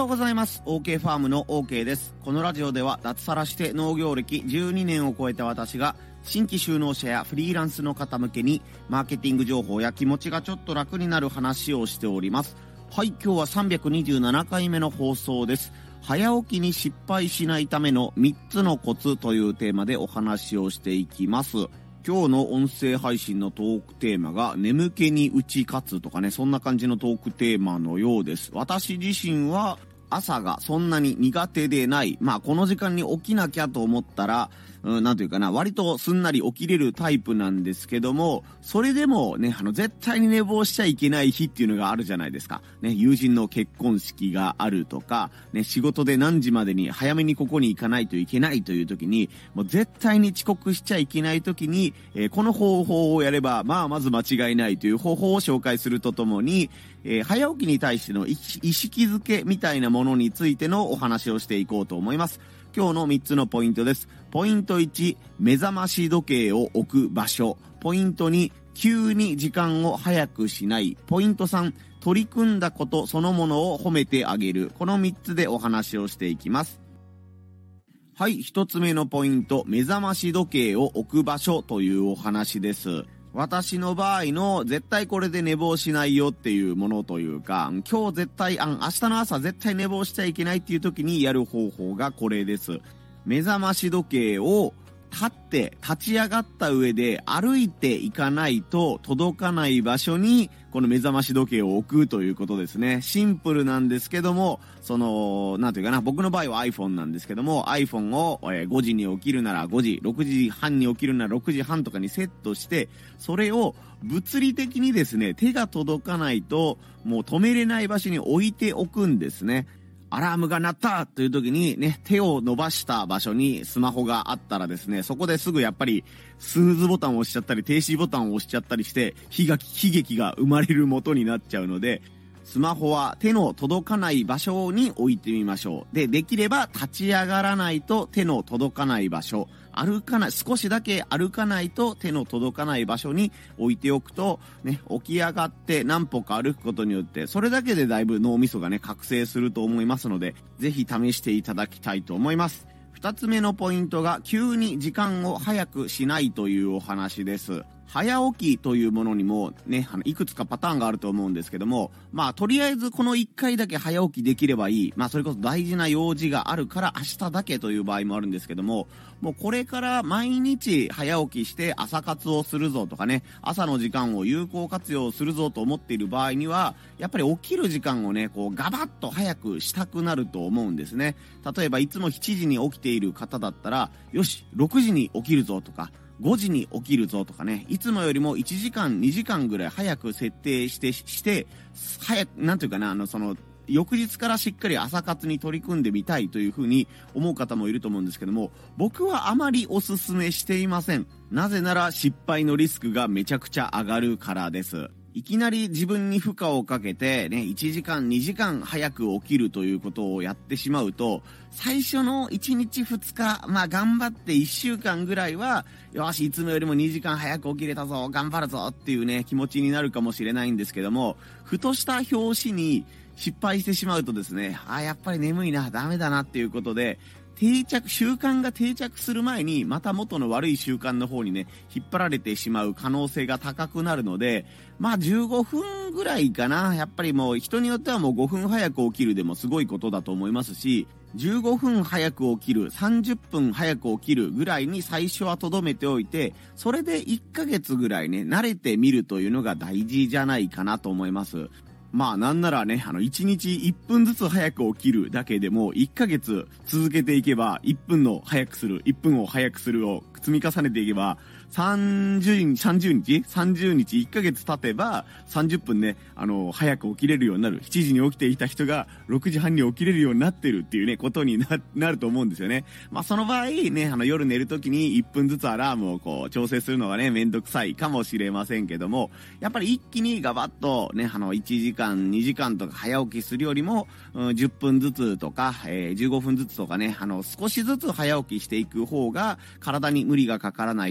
ございます。 OK ファームの OK です。このラジオでは脱サラして農業歴12年を超えた私が新規就農者やフリーランスの方向けにマーケティング情報や気持ちがちょっと楽になる話をしております。はい、今日は327回目の放送です。早起きに失敗しないための3つのコツというテーマでお話をしていきます。今日の音声配信のトークテーマが眠気に打ち勝つとかね、そんな感じのトークテーマのようです。私自身は朝がそんなに苦手でない。この時間に起きなきゃと思ったら、なんというかな、割とすんなり起きれるタイプなんですけども、それでもね、絶対に寝坊しちゃいけない日っていうのがあるじゃないですか。ね、友人の結婚式があるとか、ね、仕事で何時までに早めにここに行かないといけないという時に、もう絶対に遅刻しちゃいけない時に、この方法をやれば、まず間違いないという方法を紹介するとともに、早起きに対しての意識づけみたいなものについてのお話をしていこうと思います。今日の3つのポイントです。ポイント1、目覚まし時計を置く場所。ポイント2、急に時間を早くしない。ポイント3、取り組んだことそのものを褒めてあげる。この3つでお話をしていきます。はい、1つ目のポイント、目覚まし時計を置く場所というお話です。私の場合の絶対これで寝坊しないよっていうものというか、今日絶対明日の朝絶対寝坊しちゃいけないっていう時にやる方法がこれです。目覚まし時計を立ち上がった上で歩いていかないと届かない場所にこの目覚まし時計を置くということですね。シンプルなんですけども、なんていうかな、僕の場合は iPhone なんですけども、iPhone を5時に起きるなら5時、6時半に起きるなら6時半とかにセットして、それを物理的にですね、手が届かないともう止めれない場所に置いておくんですね。アラームが鳴ったという時にね、手を伸ばした場所にスマホがあったらですね、そこですぐやっぱりスヌーズボタンを押しちゃったり停止ボタンを押しちゃったりして悲劇が生まれる元になっちゃうので、スマホは手の届かない場所に置いてみましょう。できれば立ち上がらないと手の届かない場所、少しだけ歩かないと手の届かない場所に置いておくと、ね、起き上がって何歩か歩くことによって、それだけでだいぶ脳みそがね、覚醒すると思いますので、ぜひ試していただきたいと思います。二つ目のポイントが、急に時間を早くしないというお話です。早起きというものにもね、いくつかパターンがあると思うんですけども、とりあえずこの1回だけ早起きできればいい。それこそ大事な用事があるから明日だけという場合もあるんですけども、もうこれから毎日早起きして朝活をするぞとかね、朝の時間を有効活用するぞと思っている場合には、やっぱり起きる時間をね、ガバッと早くしたくなると思うんですね。例えばいつも7時に起きている方だったら、よし、6時に起きるぞとか、5時に起きるぞとかね、いつもよりも1時間2時間ぐらい早く設定してなんていうかな、翌日からしっかり朝活に取り組んでみたいというふうに思う方もいると思うんですけども、僕はあまりおすすめしていません。なぜなら失敗のリスクがめちゃくちゃ上がるからです。いきなり自分に負荷をかけてね、1時間2時間早く起きるということをやってしまうと、最初の1日2日、頑張って1週間ぐらいは、よし、いつもよりも2時間早く起きれたぞ、頑張るぞっていうね、気持ちになるかもしれないんですけども、ふとした拍子に失敗してしまうとですね、やっぱり眠いな、ダメだなっていうことで、習慣が定着する前にまた元の悪い習慣の方にね、引っ張られてしまう可能性が高くなるので、15分ぐらいかな。やっぱりもう人によってはもう5分早く起きるでもすごいことだと思いますし、15分早く起きる、30分早く起きるぐらいに最初は留めておいて、それで1ヶ月ぐらいね、慣れてみるというのが大事じゃないかなと思います。なんならね、1日1分ずつ早く起きるだけでも1ヶ月続けていけば、1分を早くするを積み重ねていけば、30日1ヶ月経てば30分ね、早く起きれるようになる。7時に起きていた人が6時半に起きれるようになってるっていうね、ことになると思うんですよね。その場合ね、夜寝るときに1分ずつアラームを調整するのがね、めんどくさいかもしれませんけども、やっぱり一気にガバッとね、1時間2時間とか早起きするよりも、10分ずつとか、15分ずつとかね、少しずつ早起きしていく方が体に無理がかからないかなと思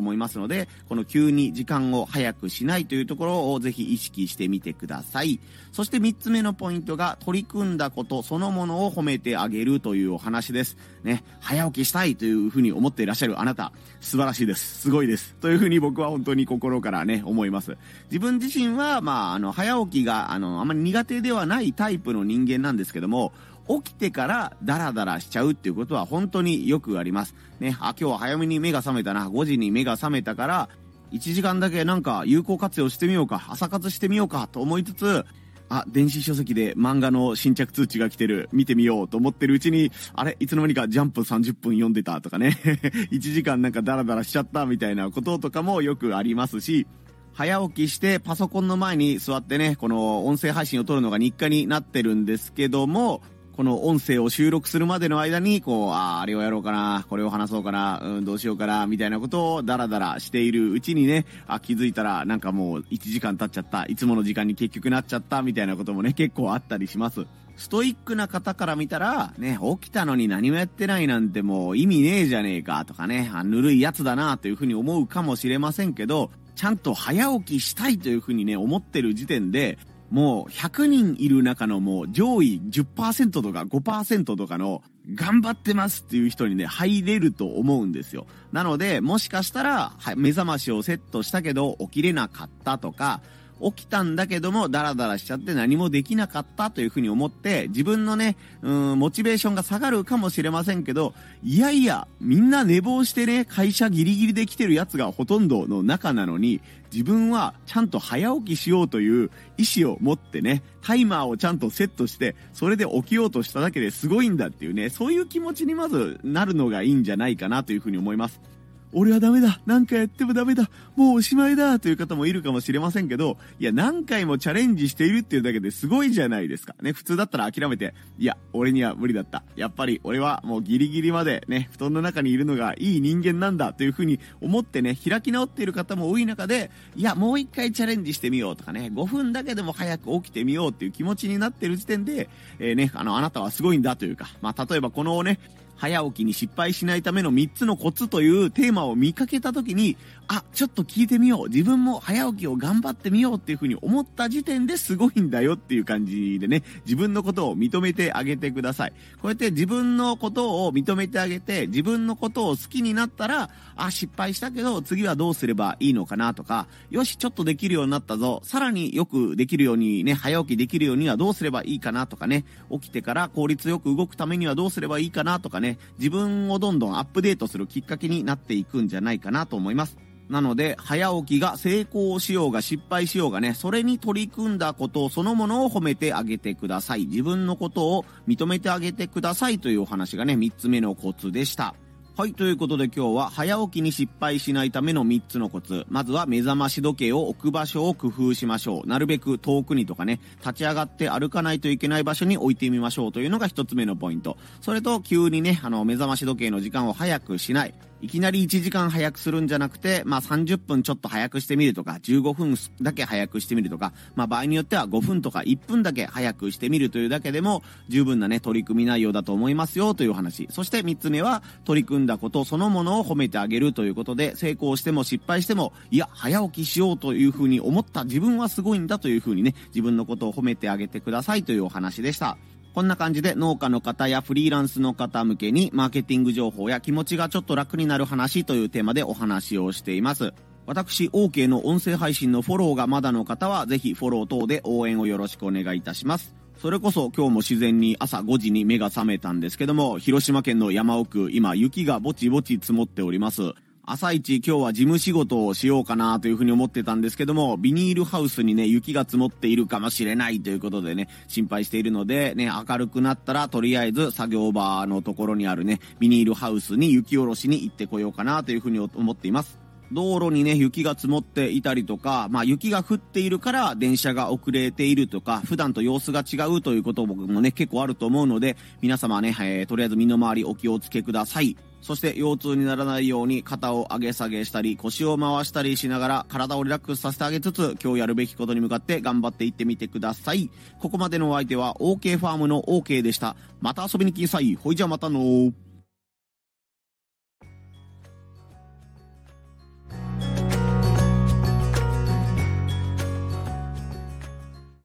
思いますので、この急に時間を早くしないというところをぜひ意識してみてください。そして3つ目のポイントが、取り組んだことそのものを褒めてあげるというお話です。ね、早起きしたいというふうに思っていらっしゃるあなた、素晴らしいです。すごいです。というふうに僕は本当に心からね、思います。自分自身は、早起きが、あまり苦手ではないタイプの人間なんですけども、起きてからダラダラしちゃうっていうことは本当によくあります。ね、今日は早めに目が覚めたな、5時に目が覚めたから、1時間だけなんか有効活用してみようか、朝活してみようかと思いつつ、電子書籍で漫画の新着通知が来てる、見てみようと思ってるうちに、いつの間にかジャンプ30分読んでたとかね、1時間なんかダラダラしちゃったみたいなこととかもよくありますし、早起きしてパソコンの前に座ってね、この音声配信を撮るのが日課になってるんですけども、この音声を収録するまでの間に、あれをやろうかな、これを話そうかな、どうしようかな、みたいなことをダラダラしているうちにね、気づいたらなんかもう1時間経っちゃった、いつもの時間に結局なっちゃった、みたいなこともね、結構あったりします。ストイックな方から見たら、ね、起きたのに何もやってないなんてもう意味ねえじゃねえかとかね、ぬるいやつだなというふうに思うかもしれませんけど、ちゃんと早起きしたいというふうにね、思ってる時点で、もう100人いる中のもう上位 10% とか 5% とかの頑張ってますっていう人にね、入れると思うんですよ。なので、もしかしたら、目覚ましをセットしたけど起きれなかったとか、起きたんだけどもダラダラしちゃって何もできなかったというふうに思って自分のね、モチベーションが下がるかもしれませんけど、いやいやみんな寝坊してね、会社ギリギリで来てるやつがほとんどの中なのに、自分はちゃんと早起きしようという意思を持ってね、タイマーをちゃんとセットしてそれで起きようとしただけですごいんだっていうね、そういう気持ちにまずなるのがいいんじゃないかなというふうに思います。俺はダメだ、何回やってもダメだ、もうおしまいだという方もいるかもしれませんけど、いや何回もチャレンジしているっていうだけですごいじゃないですかね。普通だったら諦めて、いや俺には無理だった、やっぱり俺はもうギリギリまでね布団の中にいるのがいい人間なんだというふうに思ってね、開き直っている方も多い中で、いやもう一回チャレンジしてみようとかね、5分だけでも早く起きてみようっていう気持ちになっている時点で、あなたはすごいんだというか、例えばこのね早起きに失敗しないための3つのコツというテーマを見かけた時に、ちょっと聞いてみよう、自分も早起きを頑張ってみようっていう風に思った時点ですごいんだよっていう感じでね、自分のことを認めてあげてください。こうやって自分のことを認めてあげて、自分のことを好きになったら、失敗したけど次はどうすればいいのかなとか、よしちょっとできるようになったぞ、さらによくできるようにね、早起きできるようにはどうすればいいかなとかね、起きてから効率よく動くためにはどうすればいいかなとかね、自分をどんどんアップデートするきっかけになっていくんじゃないかなと思います。なので早起きが成功しようが失敗しようがね、それに取り組んだことそのものを褒めてあげてください。自分のことを認めてあげてくださいというお話がね、3つ目のコツでした。はい、ということで今日は早起きに失敗しないための3つのコツ。まずは目覚まし時計を置く場所を工夫しましょう。なるべく遠くにとかね、立ち上がって歩かないといけない場所に置いてみましょうというのが1つ目のポイント。それと急にね、目覚まし時計の時間を早くしない。いきなり1時間早くするんじゃなくて、30分ちょっと早くしてみるとか、15分だけ早くしてみるとか、場合によっては5分とか1分だけ早くしてみるというだけでも十分なね、取り組み内容だと思いますよという話。そして3つ目は、取り組んだことそのものを褒めてあげるということで、成功しても失敗しても、いや、早起きしようというふうに思った自分はすごいんだというふうにね、自分のことを褒めてあげてくださいというお話でした。こんな感じで農家の方やフリーランスの方向けにマーケティング情報や気持ちがちょっと楽になる話というテーマでお話をしています。私 OK の音声配信のフォローがまだの方はぜひフォロー等で応援をよろしくお願いいたします。それこそ今日も自然に朝5時に目が覚めたんですけども、広島県の山奥、今雪がぼちぼち積もっております。朝一今日は事務仕事をしようかなというふうに思ってたんですけども、ビニールハウスにね雪が積もっているかもしれないということでね、心配しているのでね、明るくなったらとりあえず作業場のところにあるねビニールハウスに雪下ろしに行ってこようかなというふうに思っています。道路にね雪が積もっていたりとか、雪が降っているから電車が遅れているとか、普段と様子が違うということもね結構あると思うので、皆様ね、とりあえず身の回りお気をつけください。そして腰痛にならないように肩を上げ下げしたり腰を回したりしながら体をリラックスさせてあげつつ、今日やるべきことに向かって頑張っていってみてください。ここまでのお相手は OK ファームの OK でした。また遊びに来なさい。ほいじゃまたのー。